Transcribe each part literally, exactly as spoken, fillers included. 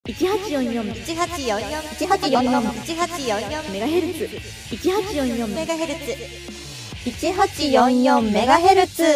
いちはちよんよんいちはちよんよんいちはちよんよんいちはちよんよんメガヘルツいちはちよんよんメガヘルツいちはちよんよんメガヘルツ。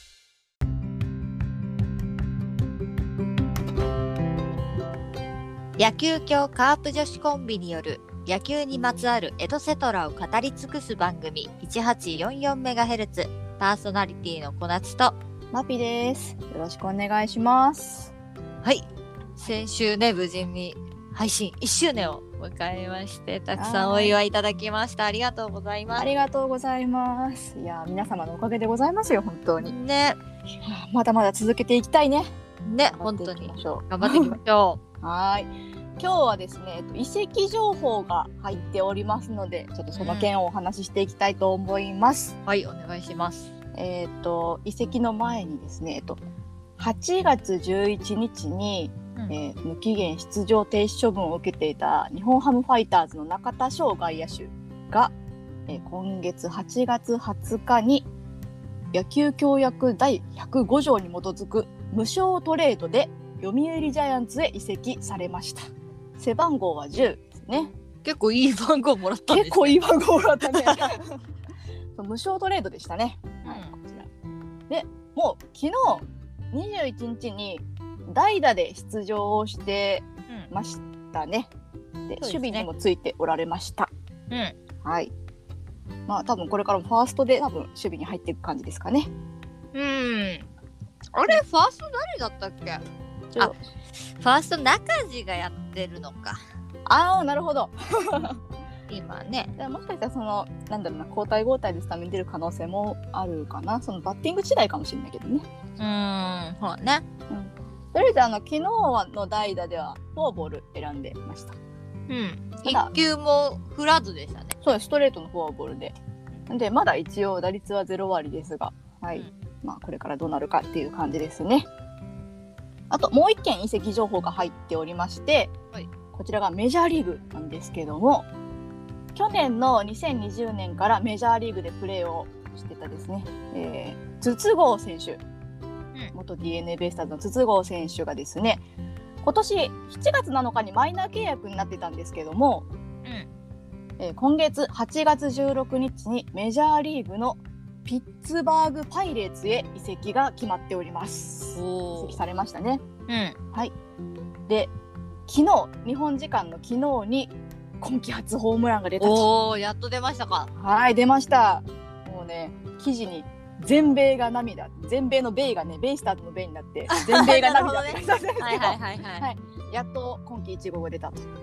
野球協カープ女子コンビによる野球にまつわるエトセトラを語り尽くす番組 いちはちよんよんメガヘルツ、パーソナリティの小夏とマピです。よろしくお願いします。 はい、先週ね無事に配信いっしゅうねんを迎えまして、たくさんお祝いいただきました。ありがとうございます。 ありがとうございます。いや皆様のおかげでございますよ、本当にね。 まだまだ続けていきたいね。 ね、本当に頑頑張っていきましょう。はい。今日はですね、移籍情報が入っておりますので、ちょっとその件をお話ししていきたいと思います。 う。はい、お願いします。 えっと移籍の前にですね、えっとはちがつじゅういちにちに、うんえー、無期限出場停止処分を受けていた日本ハムファイターズの中田翔外野手が、えー、今月はちがつはつかに野球協約だいひゃくごじょうに基づく無償トレードで読売ジャイアンツへ移籍されました。背番号はじゅうですね。 結構いい番号もらったんですね。 結構いい番号もらったね。無償トレードでしたね。はい、こちらでもう昨日にじゅういちにちに代打で出場をしてましたね。うん、で、守備にもついておられました。うん、はい。まあ多分これからもファーストで多分守備に入っていく感じですかね。 うん。あれファースト誰だったっけ？あ、ファースト中地がやってるのか。 ああ、なるほど。 今ね。 もしかしたらそのなんだろうな、交代交代でスタメン出る可能性もあるかな。そのバッティング次第かもしれないけどね。 うーん、そうね。 うん。とりあえずあの昨日の代打ではフォアボール選んでました。 うん。一球も振らずでしたね。 そうです、ストレートのフォアボールで。でまだ一応打率はゼロわりですが、はい。うん、まあこれからどうなるかっていう感じですね。あともう一件移籍情報が入っておりまして、はい、こちらがメジャーリーグなんですけども、去年のにせんにじゅうねんからメジャーリーグでプレーをしてたですね、えー、筒香選手、うん、元 ディーエヌエー ベイスターズの筒香選手がですね、今年しちがつなのかにマイナー契約になってたんですけども、うんえー、今月はちがつじゅうろくにちにメジャーリーグのピッツバーグパイレーツへ移籍が決まっております。移籍されましたね。うん、はい。で、昨日日本時間の昨日に今季初ホームランが出たと。 おー、やっと出ましたか。 はい、出ました。もうね、記事に全米が涙、全米のベイがね、ベイスターズのベイになって全米が涙って書いてあるんですけど、はいはいはいはい、はい、やっと今季いちごうが出たと。うんうん、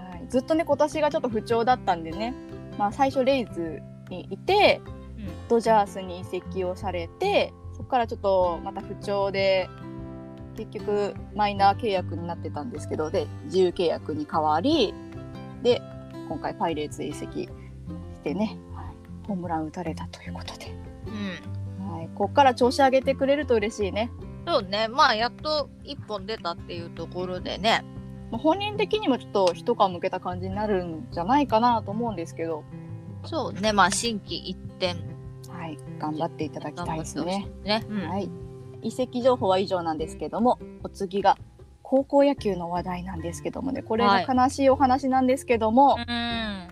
はい、ずっとね今年がちょっと不調だったんでね、まあ最初レイズにいて。ドジャースに移籍をされて、そこからちょっとまた不調で結局マイナー契約になってたんですけど、で自由契約に変わり、で今回パイレーツへ移籍してね、はい、ホームラン打たれたということで、うんはい、ここから調子上げてくれると嬉しいね。 そうね、まあやっと一本出たっていうところでね、 本人的にもちょっと一皮むけた感じになるんじゃないかなと思うんですけど。 そうね、まあ心機一転、 はい、頑張っていただきたいですね。 ね、うん、はい。 移籍情報は以上なんですけども、お次が高校野球の話題なんですけどもね、これが悲しいお話なんですけども、はいはい、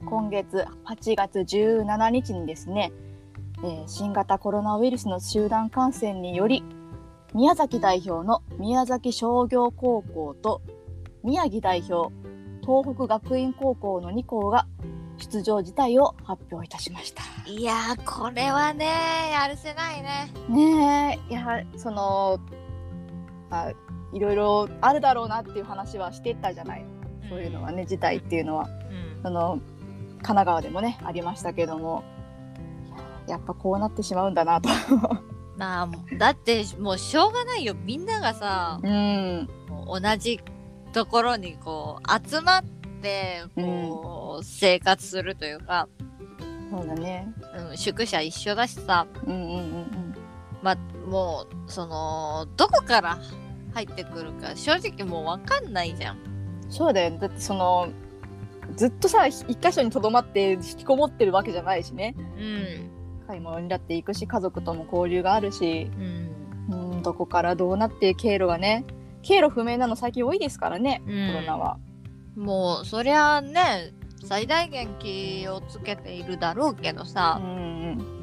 今月はちがつじゅうしちにちにですね、えー、新型コロナウイルスの集団感染により宮崎代表の宮崎商業高校と宮城代表東北学院高校のに校が出場辞退を発表いたしました。 いやー、これはねやるせないね。 ねえ、いやそのあいろいろあるだろうなっていう話はしてたじゃない。そういうのはね、辞退っていうのは、うん、その神奈川でもねありましたけども、やっぱこうなってしまうんだなと。 まあだってもうしょうがないよ。みんながさ、うん、同じところにこう集まってこう、うん、生活するというか。 そうだね、 うん、宿舎一緒だしさ、うんうんうんうん、まあもうそのどこから入ってくるか正直もう分かんないじゃん。 そうだよね。だってそのずっとさ一箇所にとどまって引きこもってるわけじゃないしね、うん、買い物にだって行くし、家族とも交流があるし、うんうん、どこからどうなって経路がね経路不明なの最近多いですからね、 うん、 コロナは。 もうそりゃね最大限気をつけているだろうけどさ、うん、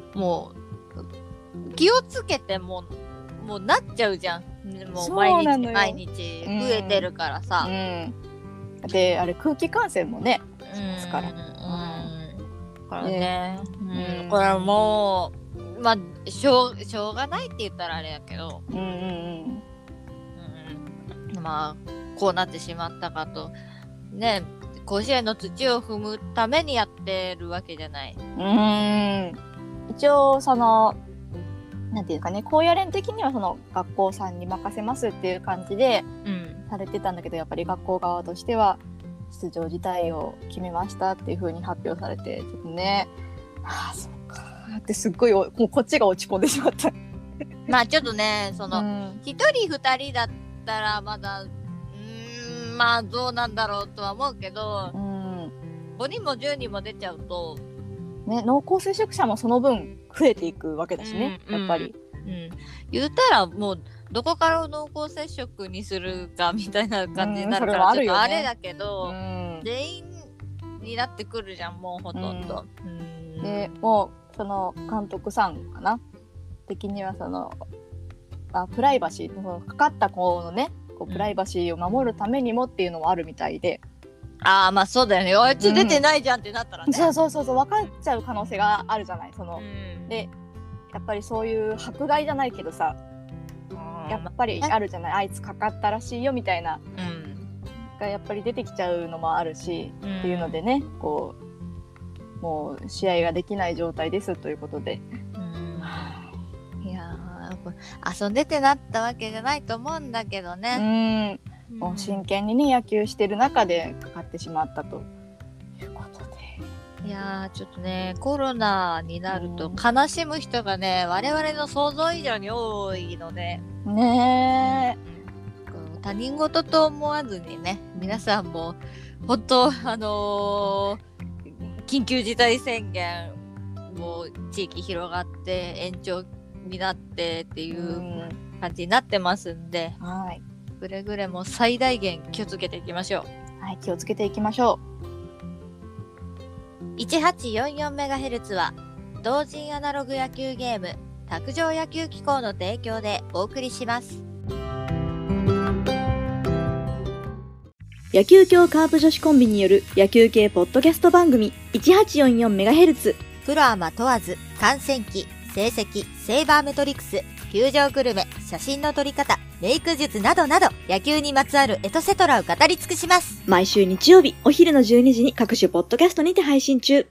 もう気をつけてももうなっちゃうじゃん。もう毎日毎日増えてるからさ、うんうん、であれ空気感染もねですから、うんうん、 だからね、うん、これはもうまあしょう、しょうがないって言ったらあれやけど、うんうんうん、まあこうなってしまったかとね、甲子園の土を踏むためにやってるわけじゃない。うーん、一応そのなんていうかね、高野連的にはその学校さんに任せますっていう感じでされてたんだけど、やっぱり学校側としては出場辞退を決めましたっていう風に発表されて、ちょっとね、はあ、そっかってすっごいもうこっちが落ち込んでしまった。 まあちょっとね、その一、うん、人二人だったらまだうーんまあどうなんだろうとは思うけど、うん、ごにんもじゅうにんも出ちゃうと。 ね、濃厚接触者もその分増えていくわけだしね、うん、やっぱり、 うん、言ったらもうどこからを濃厚接触にするかみたいな感じになるから、うん、ちょっとあれだけど、うん、全員になってくるじゃんもうほとんど、うん、 でもうその監督さんかな的にはそのあプライバシーのかかった子のねこうプライバシーを守るためにもっていうのもあるみたいで、 ああまあそうだよね、あいつ出てないじゃんってなったらね、うん、 そうそうそうそう分かっちゃう可能性があるじゃないその、うん、でやっぱりそういう迫害じゃないけどさ、うん、やっぱりあるじゃない、あいつかかったらしいよみたいな、うん、がやっぱり出てきちゃうのもあるし、うん、っていうのでねこうもう試合ができない状態ですということで、うん、 いや遊んでてなったわけじゃないと思うんだけどね、 うんもう真剣にね野球してる中でかかってしまったということで、 いやーちょっとねコロナになると悲しむ人がね、うん、我々の想像以上に多いのでねえ、他人事と思わずにね皆さんも本当あのー、緊急事態宣言も地域広がって延長になってっていう感じになってますんで、うん、はいくれぐれも最大限気をつけていきましょう。はい、気をつけていきましょう。いちはちよんよんメガヘルツ は同人アナログ野球ゲーム卓上野球機構の提供でお送りします。 野球協カープ女子コンビによる野球系ポッドキャスト番組 いちはちよんよんメガヘルツ。 プロアマ問わず観戦記、成績、セイバーメトリクス、球場グルメ、写真の撮り方、メイク術などなど野球にまつわるエトセトラを語り尽くします。 毎週日曜日お昼のじゅうにじに各種ポッドキャストにて配信中。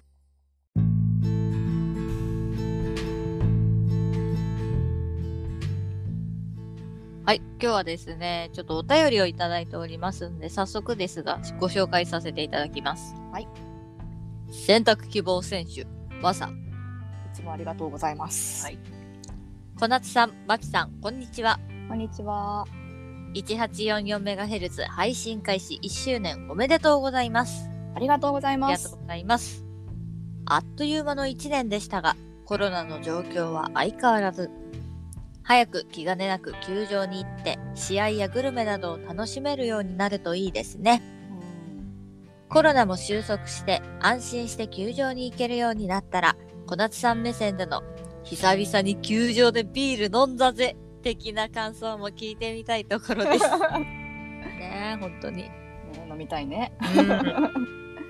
はい、今日はですねちょっとお便りをいただいておりますんで早速ですがご紹介させていただきます。はい、選択希望選手わさ、 いつもありがとうございます。はい、 小夏さん、まきさん、こんにちは。 こんにちは。 いちはちよんよんメガヘルツ 配信開始いっしゅうねんおめでとうございます。 ありがとうございます。 ありがとうございます。あっという間のいちねんでしたが、コロナの状況は相変わらず。早く気兼ねなく球場に行って試合やグルメなどを楽しめるようになるといいですね。コロナも収束して安心して球場に行けるようになったら、小夏さん目線での久々に球場でビール飲んだぜ的な感想も聞いてみたいところです。ねえ、本当に。 飲みたいね。 うん、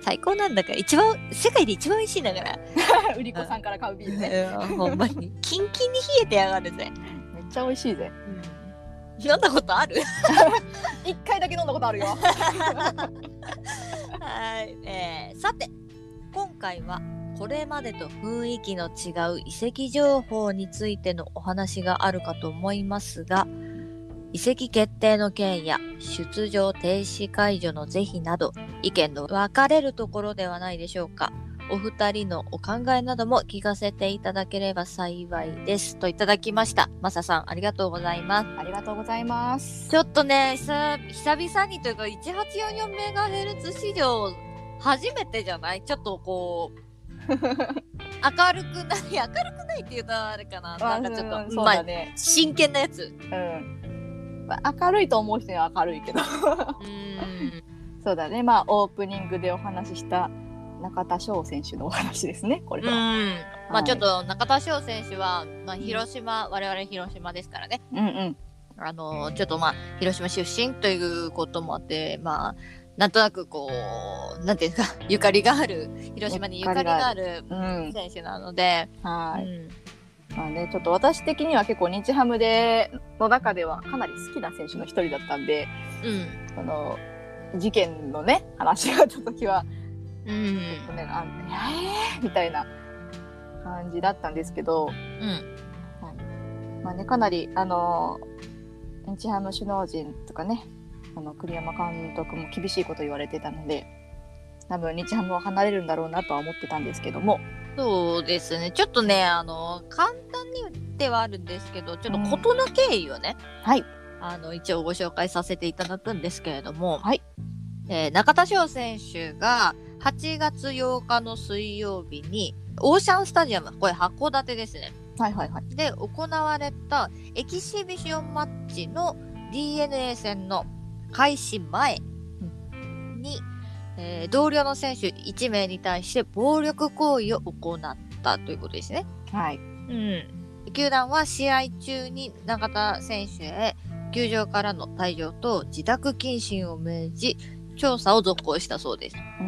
最高なんだから、一番、世界で一番美味しいんだから。 売り子さんから買うビールね。 ほんまに。キンキンに冷えてやがるぜ。 めっちゃ美味しいぜ。 うん、飲んだことある？ 一回だけ飲んだことあるよ。 はい、えー、さて、今回は、これまでと雰囲気の違う移籍情報についてのお話があるかと思いますが、移籍決定の件や出場停止解除の是非など意見の分かれるところではないでしょうか。お二人のお考えなども聞かせていただければ幸いですといただきました。マサさんありがとうございます。 ありがとうございます。 ちょっとね久々にというかいちはちよんよんメガヘルツ史上初めてじゃない？ちょっとこう明るくない明るくないっていうとあれかな、なんかちょっと、 うん、そうだね、 まあ、真剣なやつ、 うん、 まあ、明るいと思う人には明るいけどうんそうだね、まあオープニングでお話しした中田翔選手のお話ですね、これは。 うんはいまあちょっと中田翔選手は、まあ、広島、我々広島ですからね。 うんうん。 あのちょっとまあ広島出身ということもあって、まあなんとなくこうなんていうんですか、ゆかりがある、広島にゆかりがある選手なので、 うん、はい。 うんまあね、ちょっと私的には結構日ハムでの中ではかなり好きな選手の一人だったんで、 うん、 その事件のね話があった時は、 うん、 ちょっとね、あえーみたいな感じだったんですけど、 うんはい、まあね、かなりあの日ハム首脳陣とかね、あの栗山監督も厳しいこと言われてたので、多分日ハムを離れるんだろうなとは思ってたんですけども。 そうですね、ちょっとね、あの簡単に言ってはあるんですけど、ちょっと事の経緯をね、 うん、はい、 あの一応ご紹介させていただくんですけれども、 はい、 えー、中田翔選手がはちがつようかの水曜日にオーシャンスタジアム、これ函館ですね、 はいはいはい、 で行われたエキシビションマッチの ディーエヌエー 戦の開始前に、えー、同僚の選手いちめいに対して暴力行為を行ったということですね。 はい。 うん。球団は試合中に中田選手へ球場からの退場と自宅謹慎を命じ調査を続行したそうです。うん、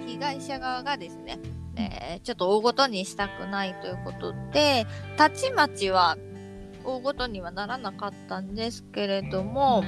被害者側がですね、えー、ちょっと大ごとにしたくないということで、たちまちは大ごとにはならなかったんですけれども、うん、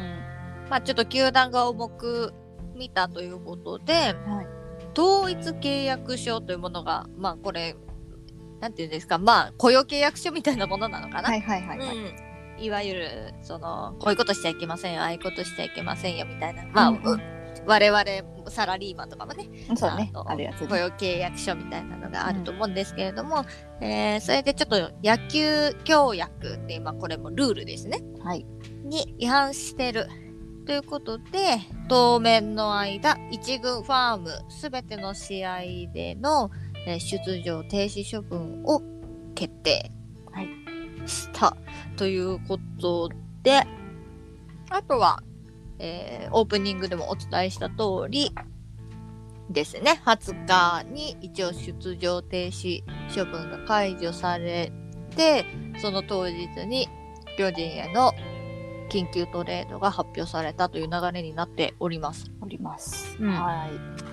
まあちょっと球団が重く見たということで、はい、統一契約書というものが、まあこれなんていうんですか、まあ雇用契約書みたいなものなのかな。 はいはいはい、はい、 うん、いわゆるそのこういうことしちゃいけませんよ、ああいうことしちゃいけませんよみたいな、まあ、うんうん、我々サラリーマンとかもね、 そうね、あるやつね、 雇用契約書みたいなのがあると思うんですけれども、うん、えー、それでちょっと野球協約って今これもルールですね、 はい、 に違反してるということで、当面の間一軍ファームすべての試合での出場停止処分を決定したということで、あとは、えー、オープニングでもお伝えした通りですね、はつかに一応出場停止処分が解除されて、その当日に巨人への緊急トレードが発表されたという流れになっております。 おります。 うん、 はい。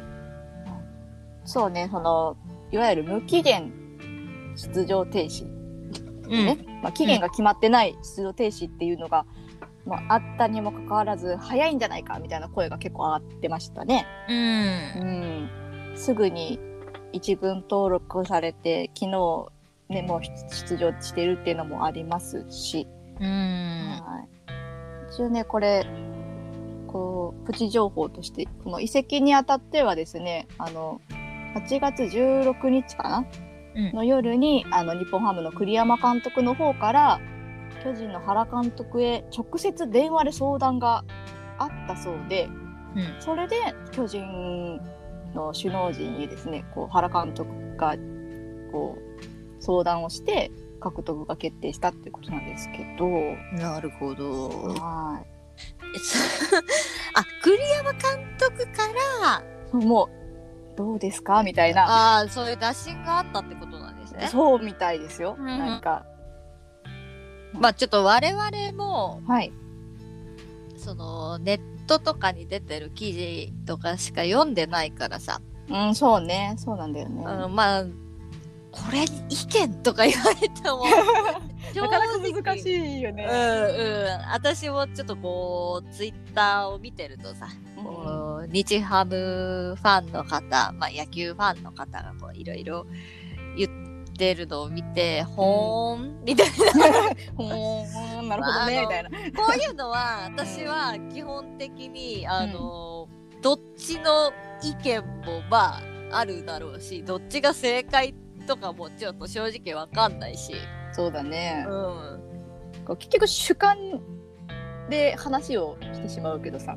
そうね、そのいわゆる無期限出場停止、ね、うん、まあ、期限が決まってない出場停止っていうのが、うん、まあ、あったにもかかわらず早いんじゃないかみたいな声が結構上がってましたね。 うんうん、すぐに一軍登録されて昨日、ね、もう出場してるっていうのもありますし、 うん、 はい、一応ねこれこうプチ情報としてこの移籍にあたってはですね、あのはちがつじゅうろくにちかな、うん、の夜にあの日本ハムの栗山監督の方から巨人の原監督へ直接電話で相談があったそうで、うん、それで巨人の首脳陣にですね、こう原監督がこう相談をして獲得が決定したっていうことなんですけど。 なるほど。 はいあ、栗山監督からもうどうですかみたいな、 ああ、そういう打診があったってことなんですね。 そうみたいですよ、 うん、 なんかまあちょっと我々も、 はい、 そのネットとかに出てる記事とかしか読んでないからさ、 うん、そうね、そうなんだよね、 うん、まあこれに意見とか言われてもなかなか難しいよね。 うんうん、私もちょっとこうツイッターを見てるとさ、うん、こう日ハムファンの方、まあ、野球ファンの方がこういろいろ言ってるのを見て、うん、ほーんみたいなほーんなるほどね、まあ、みたいな。 こういうのは私は基本的にあの、うん、どっちの意見もまああるだろうし、どっちが正解とかもちょっと正直わかんないし。 そうだね、 うん、 こう結局主観で話をしてしまうけどさ、うん、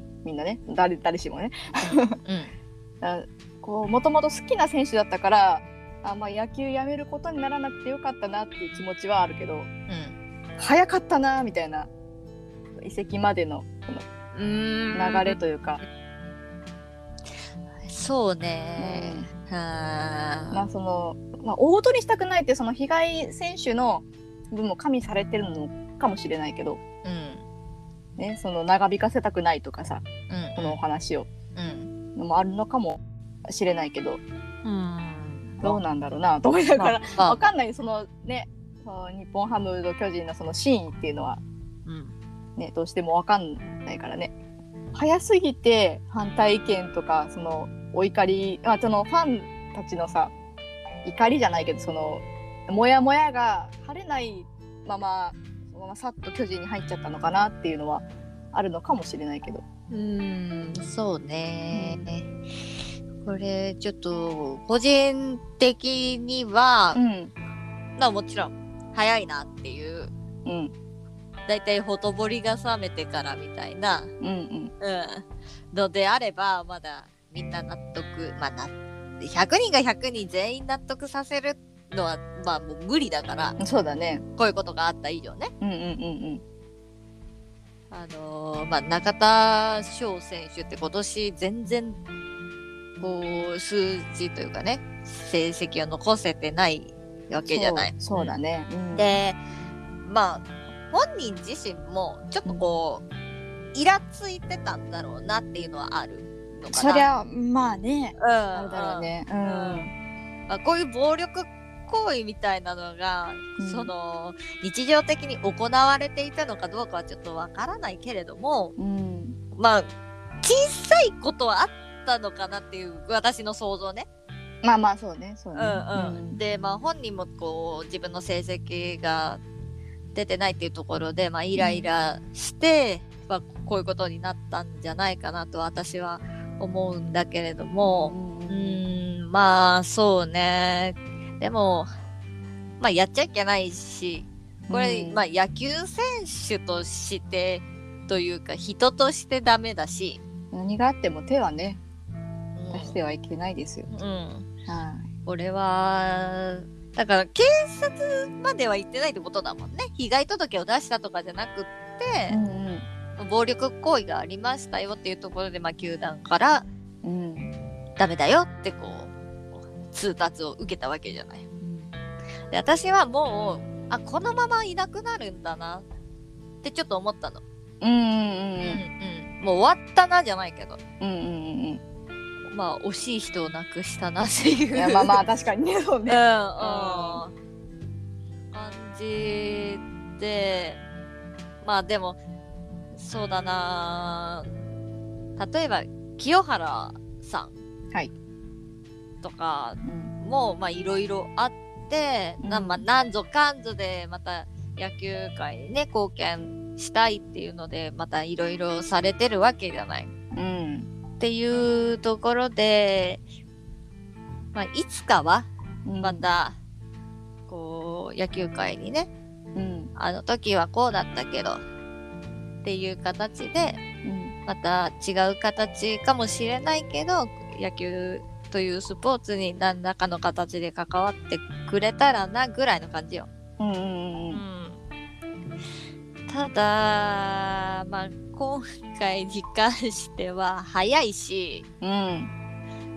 みんなね、誰誰しもね、こうもともと好きな選手だったからあ、まあ、野球やめることにならなくてよかったなっていう気持ちはあるけど、うん、早かったなみたいな、 移籍までのこうーんの流れというか、 そうね、 うん、 はまあその、まあ、大事にしたくないってその被害選手の分も加味されてるのかもしれないけど、 うんね、その長引かせたくないとかさ、 うんこのお話を、 うん、 のもあるのかもしれないけど、 うん、 どうなんだろうなと思いながら、 まあわかんないそのね、その日本ハムと巨人のその真意っていうのは、 うんね、どうしてもわかんないからね。早すぎて反対意見とかそのお怒り、あ、そのファンたちのさ怒りじゃないけど、そのモヤモヤが晴れないままそのままさっと巨人に入っちゃったのかなっていうのはあるのかもしれないけど、 うーん、そうね、うん、これちょっと個人的には、 うん、 まあもちろん早いなっていう、 うん、 だいたいほとぼりが冷めてからみたいな、 うんうん、 うん、のであればまだみんな納得、まあなひゃくにんがひゃくにん全員納得させるのはまあもう無理だから、 そうだね、 こういうことがあった以上ね、 うんうんうんうん、 あのー、まあ中田翔選手って今年全然こう数字というかね成績を残せてないわけじゃない。 そう、そうだね、うん、 でまあ本人自身もちょっとこう、うん、イラついてたんだろうなっていうのはあるのかな。 そりゃまあね、 うん、 あるだろうね、うん、うん、 まあ、こういう暴力行為みたいなのが、うん、その日常的に行われていたのかどうかはちょっとわからないけれども、 うん、 まあ小さいことはあったのかなっていう私の想像ね。 まあまあそうね、そうね、 うんうん、でまあ本人もこう自分の成績が出てないっていうところで、まあ、イライラして、うん、まあ、こういうことになったんじゃないかなと私は思うんだけれども、うん、うーんまあそうね、でもまあやっちゃいけないし、これ、うん、まあ野球選手としてというか人としてダメだし、 何があっても手はね、うん、出してはいけないですよ。 うん、はい、これはだから警察までは行ってないってことだもんね。被害届を出したとかじゃなくって、うんうん、暴力行為がありましたよっていうところで、まあ、球団から、うん、ダメだよってこう通達を受けたわけじゃない。うん、で私はもうあこのままいなくなるんだなってちょっと思ったの。うんうんうん、うんうん、もう終わったなじゃないけど。うんうんうんまあ惜しい人を亡くしたなっていう。いやまあまあ確かにね、そうね。うん、うん、 感じで、まあでもそうだな。例えば清原さんとかも、はい、まあいろいろあって、うん、なまあ何ぞかんぞでまた野球界にね貢献したいっていうのでまたいろいろされてるわけじゃない。うんっていうところで、まあ、いつかはまた、うん、こう野球界にね、うん、あの時はこうだったけどっていう形で、うん、また違う形かもしれないけど野球というスポーツに何らかの形で関わってくれたらなぐらいの感じよ。うんうんうんうん、ただまあ今回に関しては早いし、うん、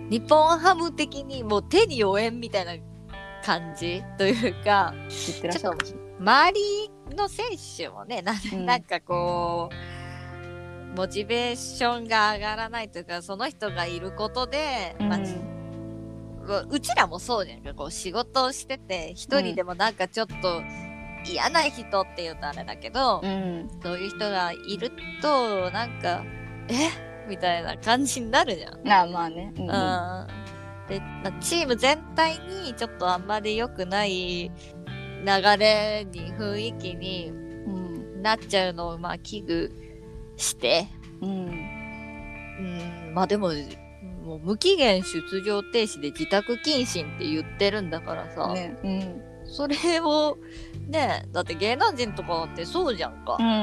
日本ハム的にもう手に負えんみたいな感じというか、 知ってらっしゃる周りの選手もね な,、うん、なんかこうモチベーションが上がらないというかその人がいることで、うんまあ、うちらもそうじゃんかこう仕事をしてて一人でもなんかちょっと、うん嫌な人って言うとあれだけど、うん、そういう人がいるとなんかえみたいな感じになるじゃん。 あまあね。うんうん、 で、まあ、チーム全体にちょっとあんまり良くない流れに雰囲気になっちゃうのをまあ危惧して、うん、うんまあでももう無期限出場停止で自宅謹慎って言ってるんだからさ。ねうんそれをねだって芸能人とかってそうじゃんか、うんうんうん、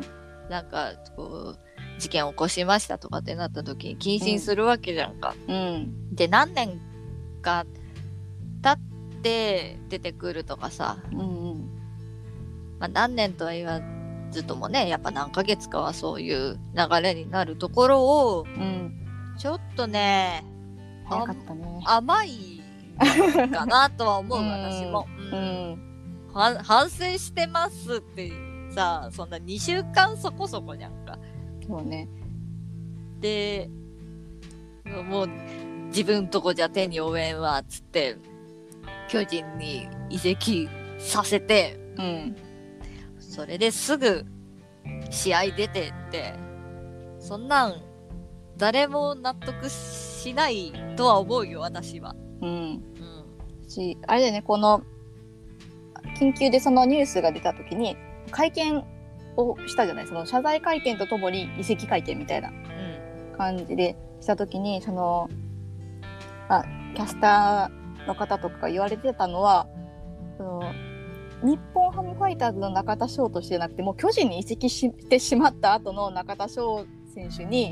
なんかこう事件を起こしましたとかってなった時に謹慎するわけじゃんか、うん、で何年か経って出てくるとかさ、うんうんまあ、何年とは言わずっともねやっぱ何ヶ月かはそういう流れになるところを、うん、ちょっとね早かったね甘いかなとは思う私も、うんうん、反省してますってさそんなにしゅうかんそこそこにゃんか。 そうね。 でもう自分とこじゃ手に負えんわっつって巨人に移籍させて、うん、それですぐ試合出てってそんなん誰も納得しないとは思うよ私は。うん、うん、 しあれだよねこの緊急でそのニュースが出た時に会見をしたじゃない。その謝罪会見とともに移籍会見みたいな感じでした時にそのあキャスターの方とかが言われてたのはその日本ハムファイターズの中田翔としてじゃなくてもう巨人に移籍してしまった後の中田翔選手に、うん、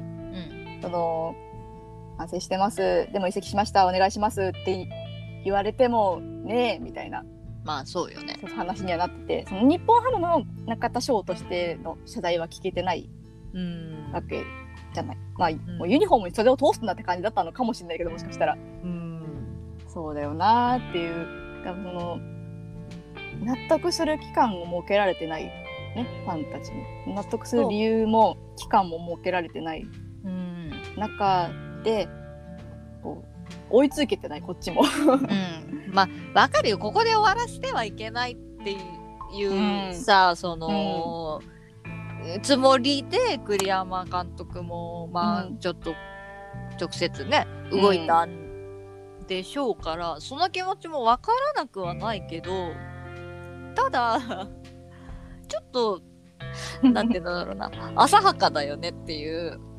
その反省してますでも移籍しましたお願いしますって言われてもねえみたいなまあそうよね話にはなっててその日本ハムの中田翔としての謝罪は聞けてないわけじゃない。まあ、うん、もうユニフォームにそれを通すんだって感じだったのかもしれないけどもしかしたら、うん、そうだよなっていうその納得する期間を設けられてない、ね、ファンたちに納得する理由も期間も設けられてない中でこう追いつけてないこっちも、うん、 まあわかるよここで終わらせてはいけないっていう、うん、さその、うん、つもりで栗山監督もまあ、うん、ちょっと直接ね動いたんでしょうから、うん、その気持ちもわからなくはないけどただちょっとなんていうんだろうな浅はかだよねっていう、うん、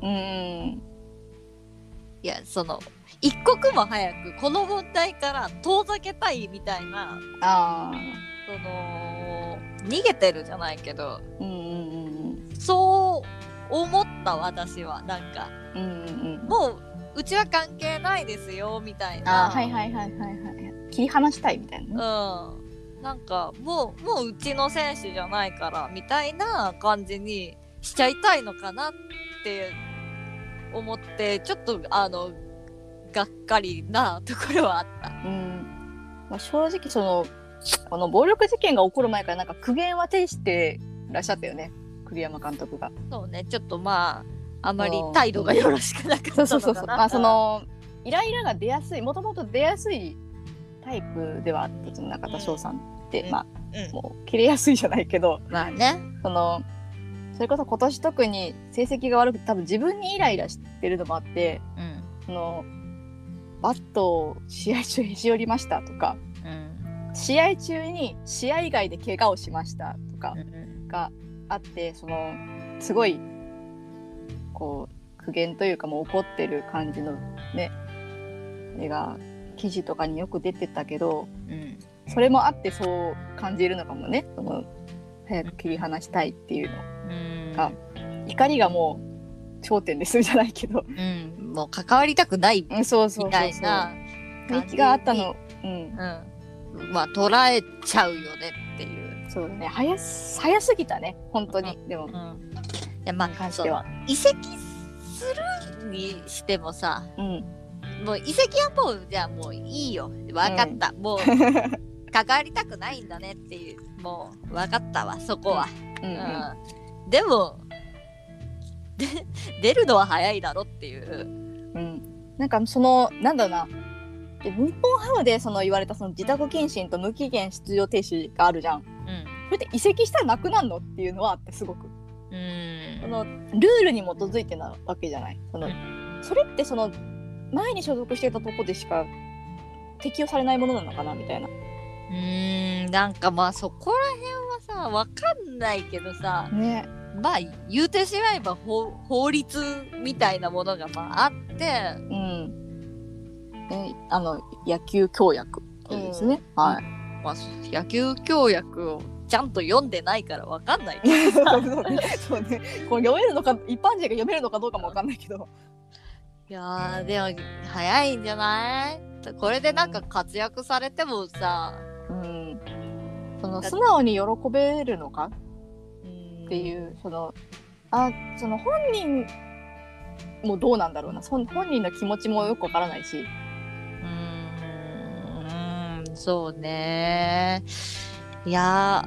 いやその一刻も早くこの問題から遠ざけたいみたいなあその逃げてるじゃないけど、うんうんうん、そう思った私はなんか、うんうん、もううちは関係ないですよみたいなあはいはいはいはいはい切り離したいみたいな、ね、 うんなんかもうもううちの選手じゃないからみたいな感じにしちゃいたいのかなって思ってちょっとあのがっかりなところはあった。うんまあ、正直そのこの暴力事件が起こる前からなんか苦言は呈してらっしゃったよね栗山監督が。 そうねちょっとまああまり態度がよろしくなかったのかな。 そうそうそうまあそのイライラが出やすいもともと出やすいタイプではあってその中田翔さんって、うん、まあ、うん、もう切れやすいじゃないけどまあねそのそれこそ今年特に成績が悪くて多分自分にイライラしてるのもあって、うん、そのバットを試合中へし折りましたとか、うん、試合中に試合以外で怪我をしましたとかがあって、うん、そのすごいこう苦言というかもう怒ってる感じのね絵が記事とかによく出てたけど、うん、それもあってそう感じるのかもねその早く切り離したいっていうのが、うん、怒りがもう頂点でするじゃないけど、 うん、もう関わりたくないみたいな雰囲気があったの、うんうん、まあ捉えちゃうよねっていうそうだね 早, 早すぎたね本当に、うん、でも、うん、いやまあ関しては移籍するにしてもさ、うんもう移籍はもうじゃあもういいよ分かった、うん、もう関わりたくないんだねっていうもう分かったわそこは、うんうんうん、でもで出るのは早いだろっていう、 うん、なんかそのなんだろうなで日本ハムでその言われたその自宅謹慎と無期限出場停止があるじゃん、うん、それって移籍したらなくなるのっていうのはあってすごくうんそのルールに基づいてなわけじゃないその、うん、それってその前に所属していたとこでしか適用されないものなのかなみたいなうーんなんかまあそこら辺はさ分かんないけどさ、ね、まあ言うてしまえば法、法律みたいなものがまああって、うんね、あの野球協約ですね、うん、はい、 まあ、野球協約をちゃんと読んでないから分かんないけどさそうね、 そうねこう読めるのか一般人が読めるのかどうかも分かんないけどいやーでも早いんじゃないこれでなんか活躍されてもさ、うん、 その素直に喜べるのかっていうそのあその本人もどうなんだろうな、そ本人の気持ちもよくわからないし。 うーん、そうね。いや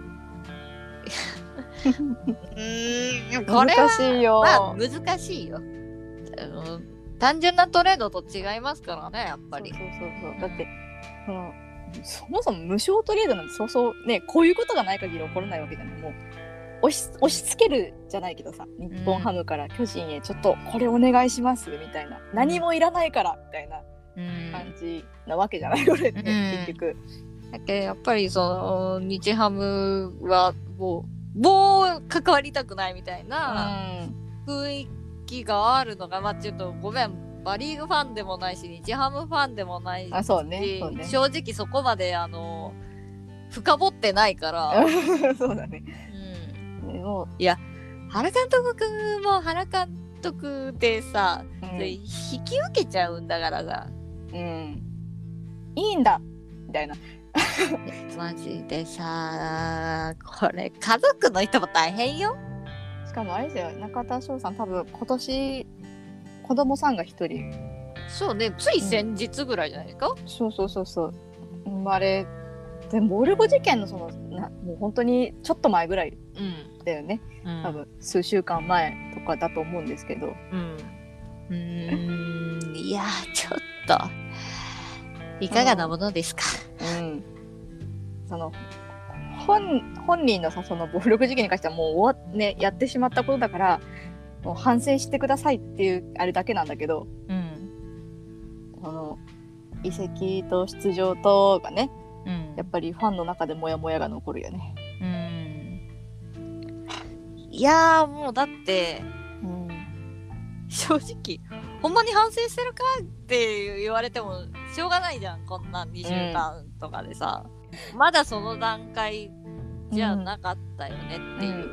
うーん、これは難しいよ、 まあ難しいよ。あの単純なトレードと違いますからね、やっぱり。 そうそうそうそう、だってそのそもそも無償トレードなんてそうそうね、こういうことがない限り起こらないわけじゃない。もう押し押し付けるじゃないけどさ、日本ハムから巨人へちょっとこれお願いしますみたいな、うん、何もいらないからみたいな感じなわけじゃない、これって、うん、結局。 だけどやっぱりその日ハムはもうもう関わりたくないみたいな雰囲気があるのが、まあちょっとごめん、パ・リーグファンでもないし日ハムファンでもないし、 あ、そうね、そうね、 正直そこまであの深掘ってないからそうだね、 うん、でもいや原監督も原監督でさ、うん、引き受けちゃうんだからさ、 うん、いいんだみたいなマジでさ、これ家族の人も大変よ。 しかもあれですよ、中田翔さん多分今年子供さんが一人、 そうね、つい先日ぐらいじゃないですか、 うん、そうそうそうそう、生まれで暴力事件のそのなもう本当にちょっと前ぐらいだよね、うん、多分数週間前とかだと思うんですけど、 うん、うーんいやちょっといかがなものですか。 うん、その 本, 本人のさその暴力事件に関してはもう終わ、ね、やってしまったことだからもう反省してくださいっていうあれだけなんだけど、うん、その移籍と出場とがね、うん、やっぱりファンの中でモヤモヤが残るよね。 うん、いやーもうだって、うん、正直ほんまに反省してるかって言われてもしょうがないじゃん、こんなにしゅうかんとかでさ、うん、まだその段階じゃなかったよねっていう、うんうん、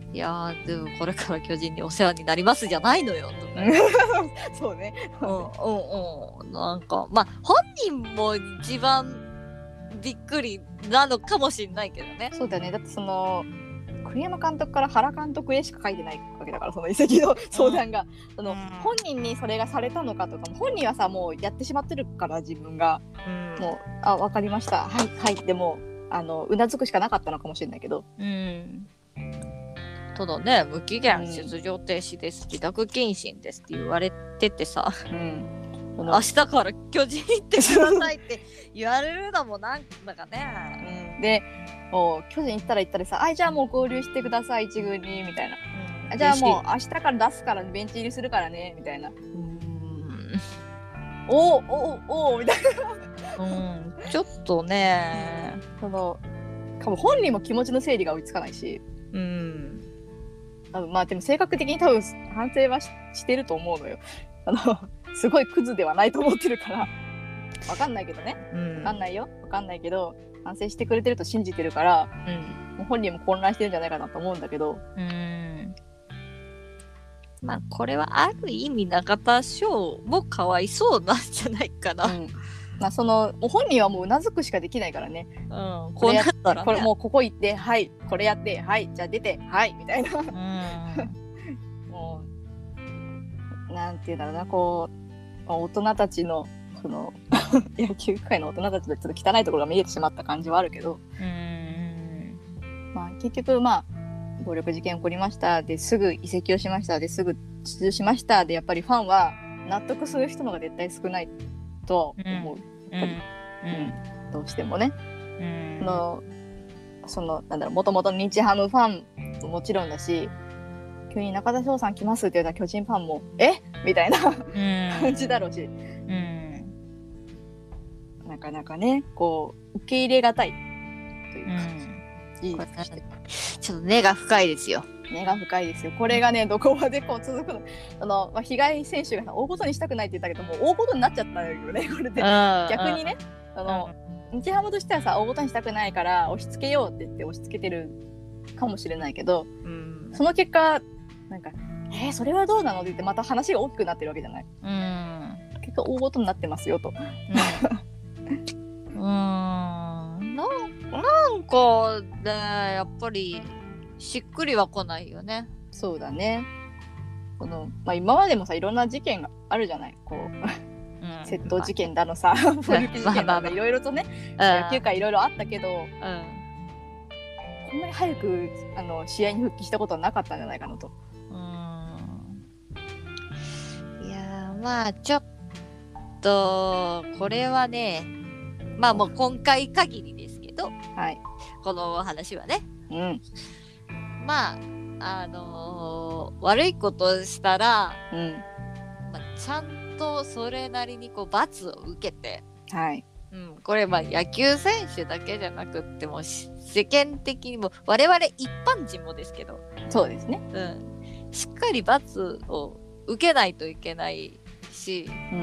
いやーでもこれから巨人にお世話になりますじゃないのよとかそうねうんうんうん、なんかまあ本人も一番びっくりなのかもしれないけどね。 そうだね、だってその栗山監督から原監督へしか書いてないわけだから、その移籍の相談が、うん、その、うん、本人にそれがされたのかとかも本人はさもうやってしまってるから自分が、うん、もうあ分かりましたはいはいでもあのうなずくしかなかったのかもしれないけど、うん、 ただね無期限出場停止です、うん、自宅謹慎ですって言われててさ、うん明日から巨人行ってくださいって言われるのもなんだかね、 うん、でもう巨人行ったら行ったらさあじゃあもう合流してください一軍にみたいな、うん、じゃあもう明日から出すからベンチ入りするからねみたいな、うん、おーおーおーみたいな、うん、ちょっとねその多分本人も気持ちの整理が追いつかないし、うん、多分まあでも性格的に多分反省は し, してると思うのよ。あのすごいクズではないと思ってるからわかんないけどね、うん、わかんないよわかんないけど反省してくれてると信じてるから、うん、もう本人も混乱してるんじゃないかなと思うんだけど、うん、 まあこれはある意味中田翔もかわいそうなんじゃないかな、うんまあ、そのもう本人はもううなずくしかできないからね、 うん、こうなったらねこれもうここ行ってはいこれやってはいじゃあ出てはいみたいな、うん、もうなんていうんだろうなこう大人たちのその野球界の大人たちのちょっと汚いところが見えてしまった感じはあるけど、うーん、まあ、結局まあ暴力事件起こりましたですぐ移籍をしましたですぐ出場しましたでやっぱりファンは納得する人の方が絶対少ないと思う、うん、やっぱり、うんうん、どうしてもね、うん、そのそのなんだろうもともと日ハムファンももちろんだし急に中田翔さん来ますって言うたら巨人ファンもえみたいな感じだろうし、うん、なかなかねこう受け入れがたいという感じ、うん、いいちょっと根が深いですよ。 根が深いですよ。これがねどこまでこう続くのあの、まあ、被害選手が大ことにしたくないって言ったけどもう大ことになっちゃったよねこれで逆にねあの日ハムとしてはさ大ことにしたくないから押し付けようって言って押し付けてるかもしれないけど、うん、その結果なんかえー、それはどうなのって言ってまた話が大きくなってるわけじゃない、うん、結構大ごとになってますよと、 うん、うんな、なんかねやっぱりしっくりは来ないよね。 そうだね。この、まあ、今までもさいろんな事件があるじゃない。こう、うん、窃盗事件だのさ、暴力事件だのいろいろとね、野球界いろいろあったけど、うん、こんなに早くあの試合に復帰したことはなかったんじゃないかなと。 うん、いやまあちょっとこれはね、まあもう今回限りですけど、はい、この話はね、うん、まああのー、悪いことしたら、うんまあ、ちゃんとそれなりにこう罰を受けて、はいうん、これまあ野球選手だけじゃなくっても世間的にも我々一般人もですけど、 そうですね、 うん、しっかり罰を受けないといけないし、うん、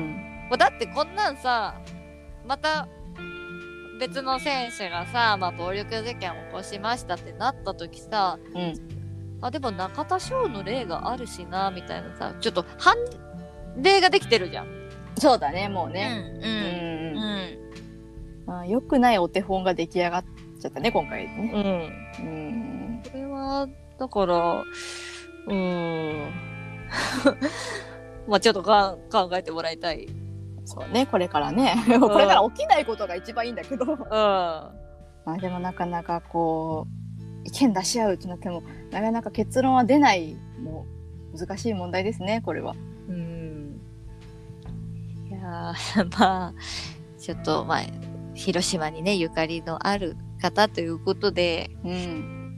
だってこんなんさまた別の選手がさ、まあ、暴力事件を起こしましたってなった時さ、うん、あでも中田翔の例があるしなみたいなさ、ちょっと判例ができてるじゃん。 そうだね、もうね、うんうんうんうんまあ、よくないお手本が出来上がっちゃったね今回ね、うん、うんこれはだからうーんまあちょっとか考えてもらいたい。 そうね、これからねこれから起きないことが一番いいんだけど、うんまあ、でもなかなかこう意見出し合うってなってもなかなか結論は出ないもう難しい問題ですねこれは。うんいやまあちょっとまあ広島にねゆかりのある方ということで、うん、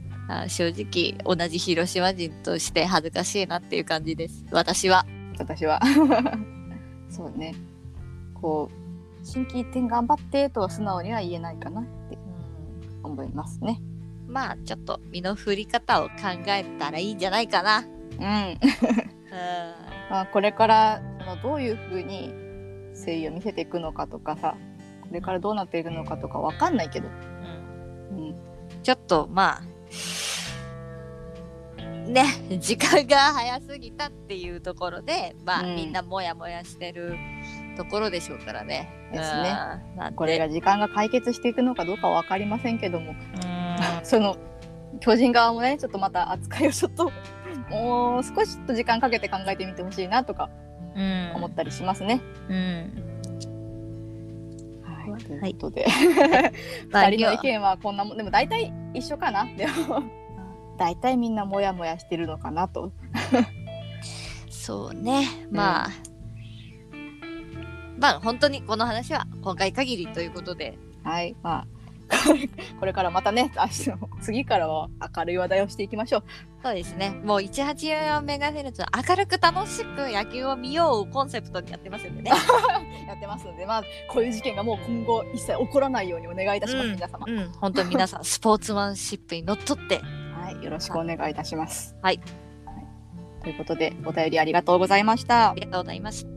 あ正直同じ広島人として恥ずかしいなっていう感じです私は。 私はそうね、こう心機一転頑張ってとは素直には言えないかなって思いますね。 まあちょっと身の振り方を考えたらいいんじゃないかな。うん。 まあこれからそのどういう風に誠意を見せていくのかとかさ、これからどうなっていくのかとかわかんないけど、うんうん、ちょっとまあね時間が早すぎたっていうところで、まあ、うん、みんなモヤモヤしてるところでしょうからね。 ですね。これが時間が解決していくのかどうかは分かりませんけども、うんその巨人側もねちょっとまた扱いをちょっともう少しと時間かけて考えてみてほしいなとか思ったりしますね。うんうんはい、ということで、はい、ふたりの意見はこんなもんでも大体一緒かな。でも大体みんなモヤモヤしてるのかなとそうね、まあ、うん、まあ本当にこの話は今回限りということで、 はいまあこれからまたね次からは明るい話題をしていきましょう。 そうですね、もういちはちよんメガヘルツ明るく楽しく野球を見ようコンセプトにやってますんでねやってますので、まあこういう事件がもう今後一切起こらないようにお願いいたします、うん、皆様、うん、 本当に皆さんスポーツマンシップにのっとってはい、よろしくお願いいたします。 はい、 はい、ということでお便りありがとうございました。 ありがとうございました。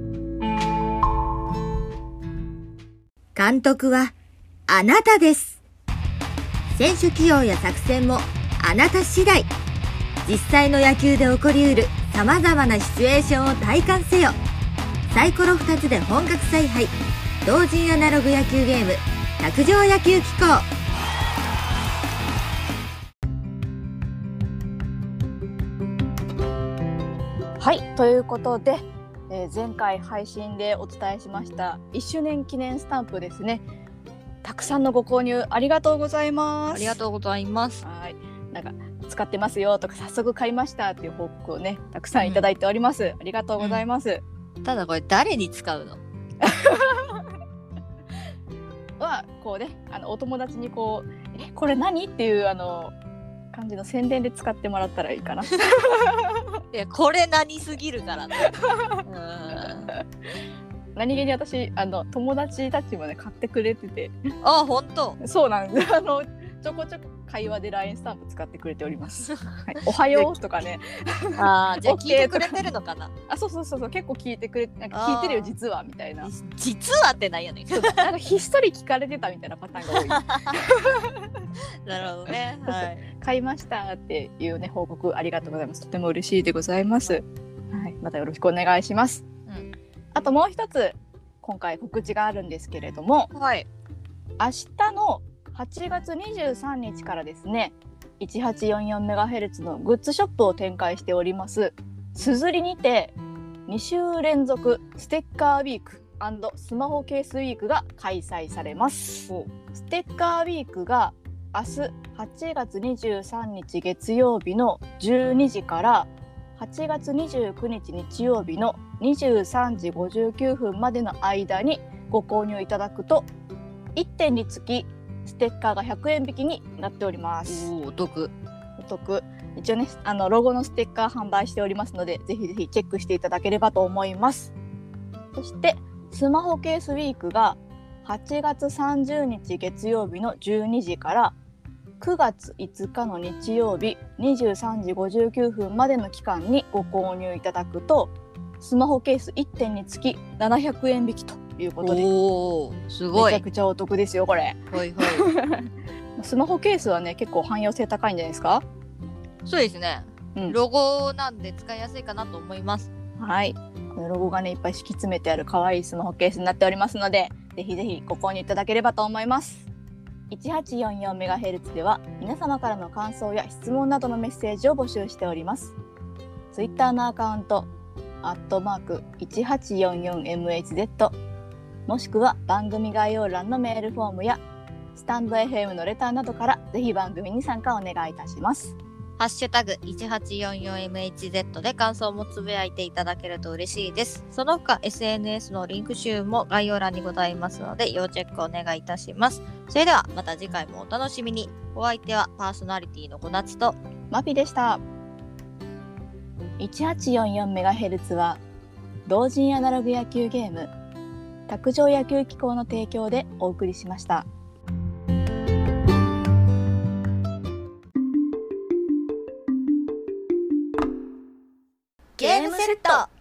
監督はあなたです。選手起用や作戦もあなた次第。実際の野球で起こりうる様々なシチュエーションを体感せよ。サイコロふたつで本格采配。同人アナログ野球ゲーム卓上野球機構。 はい、ということで、えー、前回配信でお伝えしましたいっしゅうねん記念スタンプですね。たくさんのご購入ありがとうございます。 ありがとうございます。 はい、なんか使ってますよとか早速買いましたっていう報告をねたくさんいただいております、うん、ありがとうございます、 うん、ただこれ誰に使うのはこうねあのお友達にこうえこれ何っていうあの感じの宣伝で使ってもらったらいいかな。いやこれ何すぎるからね。うん何気に私あの友達たちもね買ってくれてて。 あ本当。 そうなんです。あのちょこちょこ会話で ライン スタンプ使ってくれております。はい、おはようとかね。 あじゃあ聞いてくれてるのかな。 あそうそうそうそう結構聞いてくれなんか聞いてるよ実はみたいな。 実はってないよね。 なんかひっそり聞かれてたみたいなパターンが多い。 なるほどね。はい。 買いましたっていうね報告ありがとうございます。とても嬉しいでございます。はい、またよろしくお願いします。うん、あともう一つ今回告知があるんですけれども、はい、明日のはちがつにじゅうさんにちからですねいちはちよんよんメガヘルツ のグッズショップを展開しておりますすずりにてに週連続ステッカーウィーク&スマホケースウィークが開催されます。ステッカーウィークが明日はちがつにじゅうさんにち月曜日のじゅうにじからはちがつにじゅうくにち日曜日のにじゅうさんじごじゅうきゅうふんまでの間にご購入いただくといってんにつきステッカーがひゃくえん引きになっております。 お得。 お得。一応ね、あのロゴのステッカー販売しておりますので、ぜひぜひチェックしていただければと思います。そしてスマホケースウィークがはちがつさんじゅうにち月曜日のじゅうにじからくがついつかの日曜日にじゅうさんじごじゅうきゅうふんまでの期間にご購入いただくとスマホケースいってんにつきななひゃくえん引きということで、 おー、すごい。 めちゃくちゃお得ですよこれ。 はいはい。 スマホケースはね結構汎用性高いんじゃないですか。 そうですね、 うん、 ロゴなんで使いやすいかなと思います。 はい、このロゴがねいっぱい敷き詰めてある可愛いスマホケースになっておりますので、ぜひぜひご購入いただければと思います。いちはちよんよんメガヘルツ では皆様からの感想や質問などのメッセージを募集しております。ツイッターのアカウントアットマーク いちはちよんよんエムエイチゼット もしくは番組概要欄のメールフォームやスタンド エフエム のレターなどからぜひ番組に参加お願いいたします。 ハッシュタグ いちはちよんよんエムエイチゼット で感想もつぶやいていただけると嬉しいです。その他 エスエヌエス のリンク集も概要欄にございますので要チェックお願いいたします。それではまた次回もお楽しみに。お相手はパーソナリティのこなつとマピでした。いちはちよんよんメガヘルツ は同人アナログ野球ゲーム卓上野球機構の提供でお送りしました。 ゲームセット。